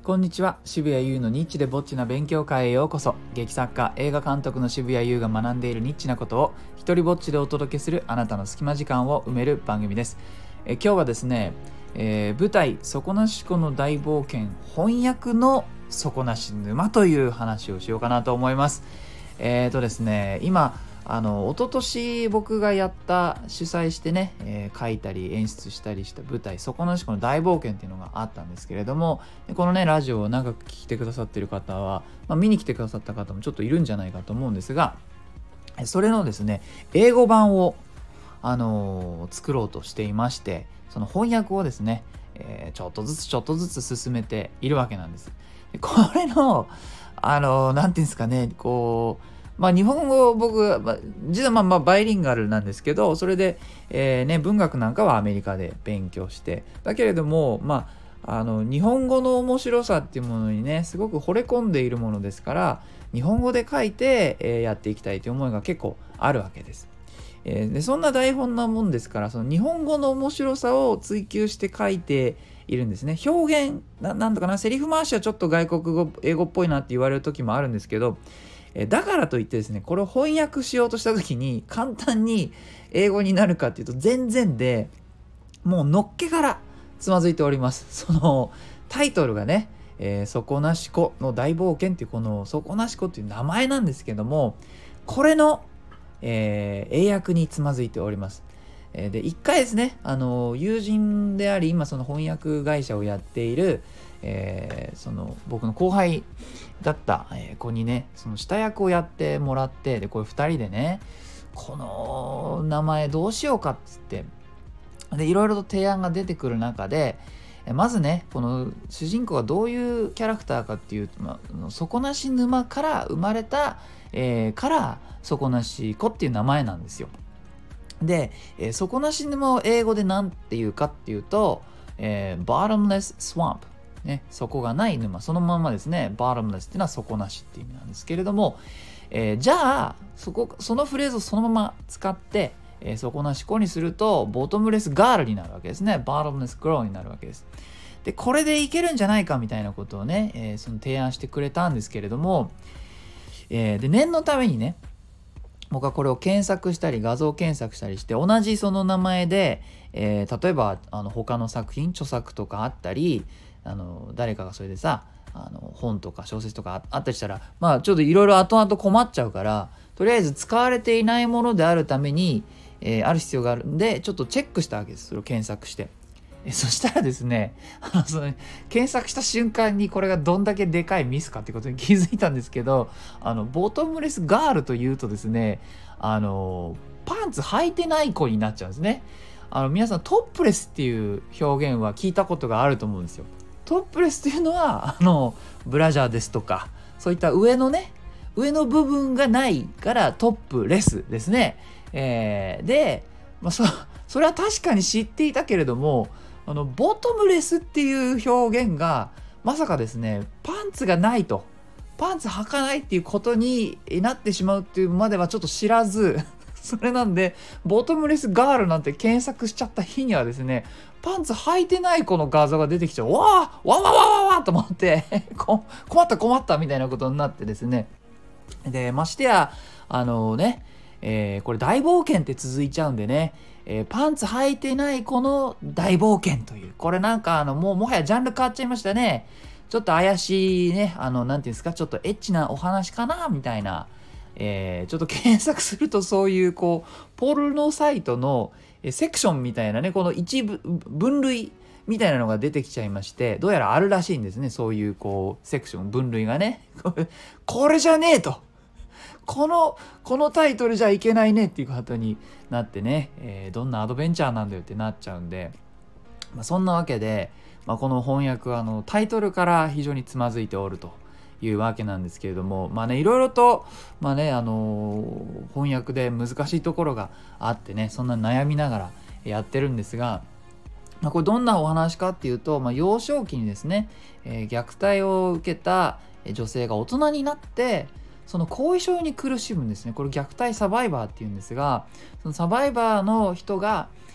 こんにちは。渋谷優のニッチでぼっちな勉強会へようこそ。劇作家、映画監督の渋谷優が学んでいるニッチなことを一人ぼっちでお届けするあなたの隙間時間を埋める番組です。今日はですね、舞台底なし子の大冒険翻訳の底なし沼という話をしようかなと思います。ですね、今一昨年僕が主催してね、書いたり演出したりした舞台底なし子の大冒険っていうのがあったんですけれども、このねラジオを長く聞いてくださっている方は、見に来てくださった方もちょっといるんじゃないかと思うんですが、それのですね英語版を作ろうとしていまして、その翻訳をですね、ちょっとずつ進めているわけなんです。これのなんていうんですかね、日本語僕、実はバイリンガルなんですけど、それで、文学なんかはアメリカで勉強して、だけれども日本語の面白さっていうものにねすごく惚れ込んでいるものですから、日本語で書いて、やっていきたいという思いが結構あるわけです。でそんな台本なもんですから、その日本語の面白さを追求して書いているんですね。表現なんとかな、セリフ回しはちょっと外国語英語っぽいなって言われる時もあるんですけど、だからといってですね、これを翻訳しようとした時に簡単に英語になるかっていうと全然で、もうのっけからつまずいております。そのタイトルがね、底なし子の大冒険っていうこの底なし子っていう名前なんですけども、これの、英訳につまずいております。で一回ですね、友人であり今その翻訳会社をやっている、その僕の後輩だった、子にねその下役をやってもらって、でこれ2人でねこの名前どうしようかっつって、でいろいろと提案が出てくる中で、まずねこの主人公がどういうキャラクターかっていうと、底なし沼から生まれた、から底なし子っていう名前なんですよ。で、底なし沼を英語で何て言うかっていうと、bottomless swamp、ね、底がない沼、そのままですね。 bottomless っていうのは底なしっていう意味なんですけれども、じゃあそのフレーズをそのまま使って、底なし子にするとボトムレスガールになるわけですね。ボトムレスグローになるわけです。でこれでいけるんじゃないかみたいなことをね、その提案してくれたんですけれども、で念のためにね僕はこれを検索したり画像検索したりして、同じその名前で、例えば他の作品著作とかあったり、誰かがそれでさ本とか小説とかあったりしたら、ちょっといろいろ後々困っちゃうから、とりあえず使われていないものであるために、ある必要があるんでちょっとチェックしたわけです。それを検索して、そしたらですねその検索した瞬間にこれがどんだけでかいミスかってことに気づいたんですけど、ボトムレスガールというとですね、パンツ履いてない子になっちゃうんですね。皆さんトップレスっていう表現は聞いたことがあると思うんですよ。トップレスっていうのはブラジャーですとか、そういった上の部分がないからトップレスですね。で、それは確かに知っていたけれども、ボトムレスっていう表現がまさかですね、パンツがないと、パンツ履かないっていうことになってしまうっていうまではちょっと知らずそれなんでボトムレスガールなんて検索しちゃった日にはですね、パンツ履いてない子の画像が出てきちゃう。わーと思って困ったみたいなことになってですね。でましてやこれ大冒険って続いちゃうんでね、パンツ履いてない子の大冒険という、これなんかもはやジャンル変わっちゃいましたね。ちょっと怪しいね、なんていうんですか、ちょっとエッチなお話かなみたいな、ちょっと検索するとそういうポルノサイトのセクションみたいなね、この一部分類みたいなのが出てきちゃいまして、どうやらあるらしいんですね。そういうセクション分類がねこれじゃねえと、このタイトルじゃいけないねっていうことになってね、どんなアドベンチャーなんだよってなっちゃうんで、そんなわけで、この翻訳はタイトルから非常につまずいておるというわけなんですけれども、いろいろと翻訳で難しいところがあってね、そんな悩みながらやってるんですが、これどんなお話かっていうと、幼少期にですね、虐待を受けた女性が大人になってその後遺症に苦しむんですね。これ虐待サバイバーっていうんですが、そのサバイバーの人が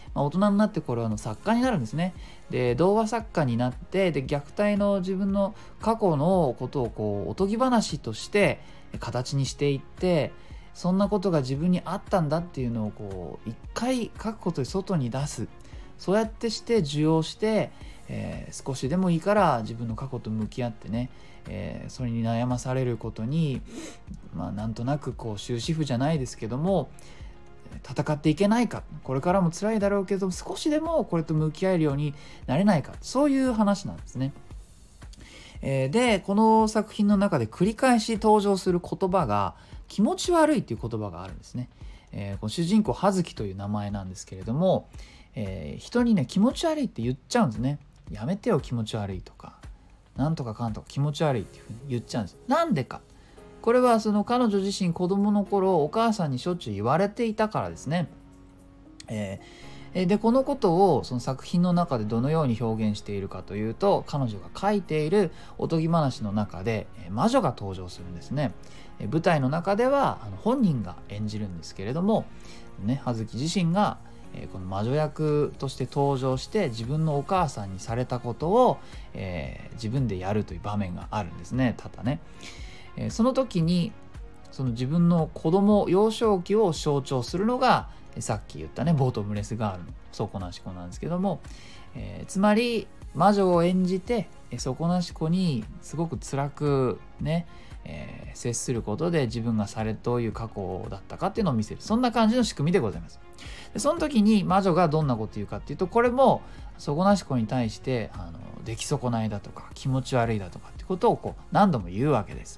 大人になってこれは作家になるんですね。で童話作家になって、で虐待の自分の過去のことをこうおとぎ話として形にしていって、そんなことが自分にあったんだっていうのをこう一回書くことで外に出す。そうやってして受容して、少しでもいいから自分の過去と向き合ってね、それに悩まされることに、なんとなくこう終止符じゃないですけども戦っていけないか、これからも辛いだろうけど少しでもこれと向き合えるようになれないか、そういう話なんですね。でこの作品の中で繰り返し登場する言葉が気持ち悪いっていう言葉があるんですね。この主人公葉月という名前なんですけれども、人にね気持ち悪いって言っちゃうんですね。やめてよ気持ち悪いとか、なんとかかんとか気持ち悪いっていうふうに言っちゃうんです。なんでか、これはその彼女自身子供の頃お母さんにしょっちゅう言われていたからですね。でこのことをその作品の中でどのように表現しているかというと、彼女が書いているおとぎ話の中で魔女が登場するんですね。舞台の中では本人が演じるんですけれども、葉月自身がこの魔女役として登場して自分のお母さんにされたことを、自分でやるという場面があるんですね。ただね、その時にその自分の子供幼少期を象徴するのがさっき言ったねボートムレスガールの底なし子なんですけども、つまり魔女を演じて底なし子にすごく辛くね、接することで自分がどういう過去だったかっていうのを見せる、そんな感じの仕組みでございます。でその時に魔女がどんなこと言うかっていうと、これも底なし子に対して出来損ないだとか気持ち悪いだとかってことをこう何度も言うわけです。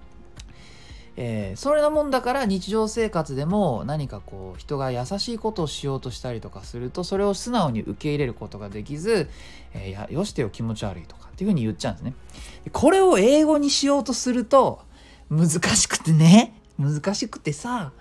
それなもんだから日常生活でも何かこう人が優しいことをしようとしたりとかすると、それを素直に受け入れることができず、よしてよ気持ち悪いとかっていうふうに言っちゃうんですね。これを英語にしようとすると難しくてさ、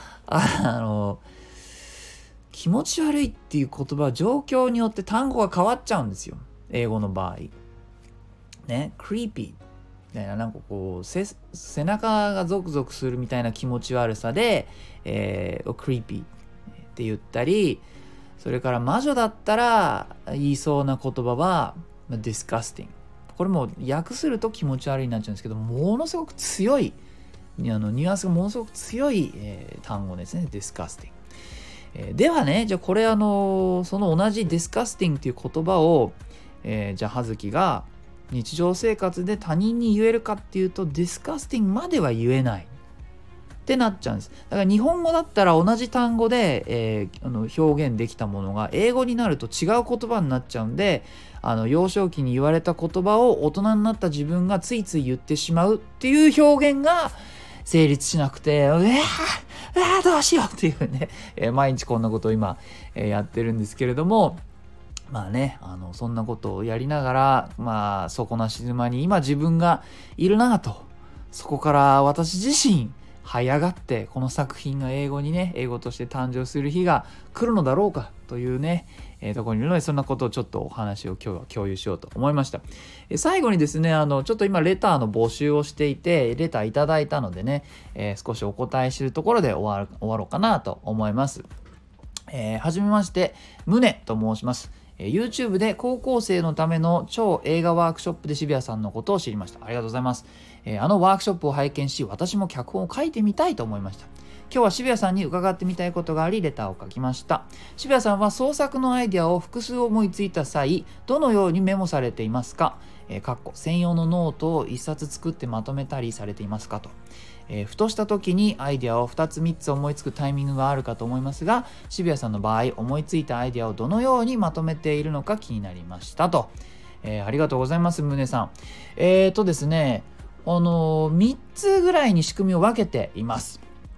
気持ち悪いっていう言葉は状況によって単語が変わっちゃうんですよ、英語の場合ね。creepyみたいな、なんかこう背中がゾクゾクするみたいな気持ち悪さで、creepy って言ったり、それから魔女だったら言いそうな言葉は disgusting、 これも訳すると気持ち悪いになっちゃうんですけど、ものすごく強いニュアンスがものすごく強い、単語ですね、disgusting。ではね、じゃあこれその同じ disgusting っていう言葉を、じゃあ葉月が日常生活で他人に言えるかっていうと disgusting までは言えないってなっちゃうんです。だから日本語だったら同じ単語で、表現できたものが英語になると違う言葉になっちゃうんで、幼少期に言われた言葉を大人になった自分がついつい言ってしまうっていう表現が成立しなくて、どうしようっていうね、毎日こんなことを今、やってるんですけれども、そんなことをやりながら、底なし沼に今自分がいるなと、そこから私自身這い上がってこの作品が英語として誕生する日が来るのだろうかというね、ところにいるので、そんなことをちょっとお話を今日は共有しようと思いました。最後にですね、ちょっと今レターの募集をしていて、レターいただいたのでね、少しお答えするところで終わろうかなと思います。はじめまして、ムネと申します。YouTube で高校生のための超映画ワークショップで渋谷さんのことを知りました。ありがとうございます。ワークショップを拝見し、私も脚本を書いてみたいと思いました。今日は渋谷さんに伺ってみたいことがありレターを書きました。渋谷さんは創作のアイデアを複数思いついた際、どのようにメモされていますか？専用のノートを1冊作ってまとめたりされていますかと。ふとした時にアイデアを2つ3つ思いつくタイミングがあるかと思いますが、渋谷さんの場合思いついたアイデアをどのようにまとめているのか気になりましたと。ありがとうございます、宗さん。ですね、3つぐらいに仕組みを分けています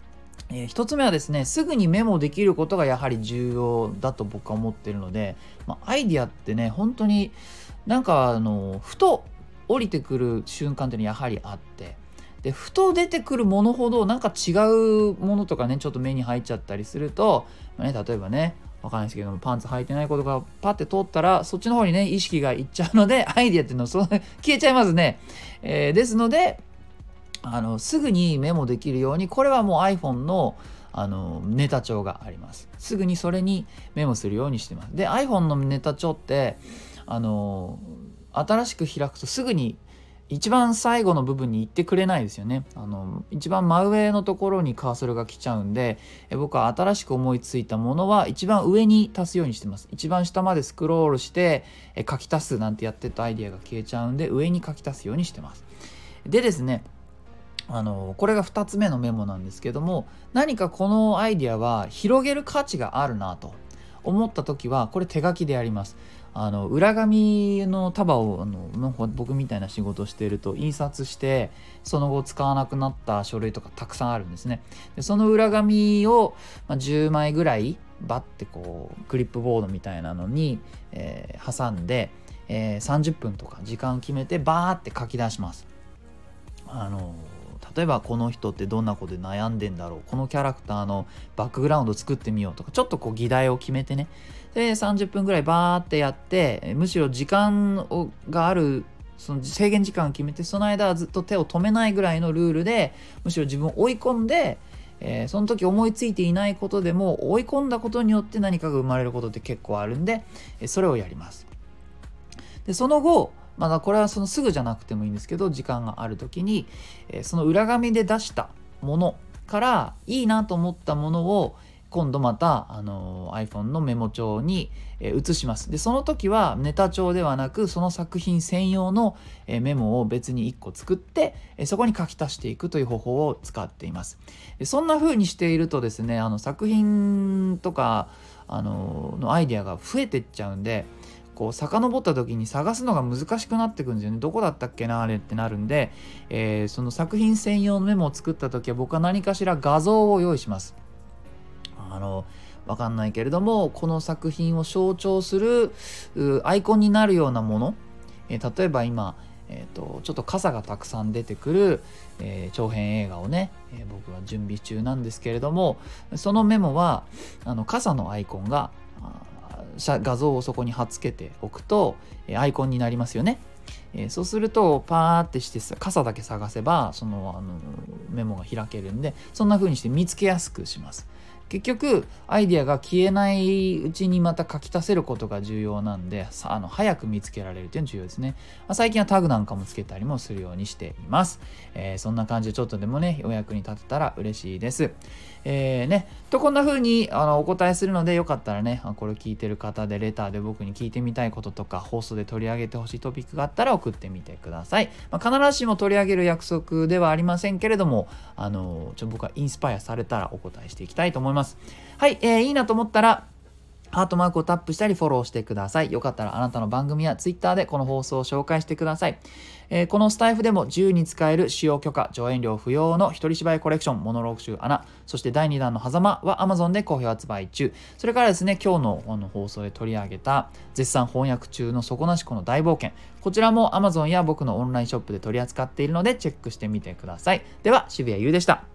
。1つ目はですね、すぐにメモできることがやはり重要だと僕は思っているので、アイデアってね、本当になんかふと降りてくる瞬間っていうのはやはりあって、でふと出てくるものほどなんか違うものとかね、ちょっと目に入っちゃったりすると、例えばね、わかんないですけども、パンツ履いてないことがパッて通ったらそっちの方にね意識がいっちゃうので、アイデアっていうのは消えちゃいますね。ですのですぐにメモできるように、これはもう iPhone のネタ帳があります。すぐにそれにメモするようにしてます。で iPhone のネタ帳って新しく開くとすぐに一番最後の部分に行ってくれないですよね。一番真上のところにカーソルが来ちゃうんで、僕は新しく思いついたものは一番上に足すようにしてます。一番下までスクロールして書き足すなんてやってたアイディアが消えちゃうんで、上に書き足すようにしてます。でですね、これが2つ目のメモなんですけども、何かこのアイディアは広げる価値があるなと思った時はこれ手書きでやります。裏紙の束を僕みたいな仕事をしていると印刷してその後使わなくなった書類とかたくさんあるんですね。でその裏紙を、10枚ぐらいバッてこうクリップボードみたいなのに、挟んで、30分とか時間を決めてバーって書き出します。例えばこの人ってどんなことで悩んでんだろう、このキャラクターのバックグラウンド作ってみようとか、ちょっとこう議題を決めてね、で30分ぐらいバーってやって、むしろ時間があるその制限時間を決めて、その間はずっと手を止めないぐらいのルールでむしろ自分を追い込んで、その時思いついていないことでも追い込んだことによって何かが生まれることって結構あるんで、それをやります。でその後まだこれはすぐじゃなくてもいいんですけど、時間がある時に、その裏紙で出したものからいいなと思ったものを今度また、iPhone のメモ帳に、移します。でその時はネタ帳ではなくその作品専用の、メモを別に1個作って、そこに書き足していくという方法を使っています。でそんな風にしているとですね、作品とかのアイデアが増えていっちゃうんで、こう遡った時に探すのが難しくなってくるんですよね。どこだったっけなあれってなるんで、その作品専用のメモを作った時は僕は何かしら画像を用意します。わかんないけれどもこの作品を象徴するアイコンになるようなもの、例えば今、ちょっと傘がたくさん出てくる、長編映画をね、僕は準備中なんですけれども、そのメモは傘のアイコンが画像をそこに貼っつけておくとアイコンになりますよね。そうするとパーってして傘だけ探せばそのメモが開けるんで、そんな風にして見つけやすくします。結局アイデアが消えないうちにまた書き足せることが重要なんで、早く見つけられるというのが重要ですね。最近はタグなんかもつけたりもするようにしています。そんな感じでちょっとでもねお役に立てたら嬉しいです。こんな風にお答えするので、よかったらねこれ聞いてる方でレターで僕に聞いてみたいこととか放送で取り上げてほしいトピックがあったら送ってみてください。必ずしも取り上げる約束ではありませんけれども、僕はインスパイアされたらお答えしていきたいと思います。はい、いいなと思ったらハートマークをタップしたりフォローしてください。よかったらあなたの番組や Twitter でこの放送を紹介してください。このスタイフでも自由に使える使用許可上演料不要の一人芝居コレクションモノローグ集アナ、そして第2弾の狭間は Amazon で好評発売中。それからですね、今日の放送で取り上げた絶賛翻訳中の底なしこの大冒険、こちらも Amazon や僕のオンラインショップで取り扱っているのでチェックしてみてください。では渋谷優でした。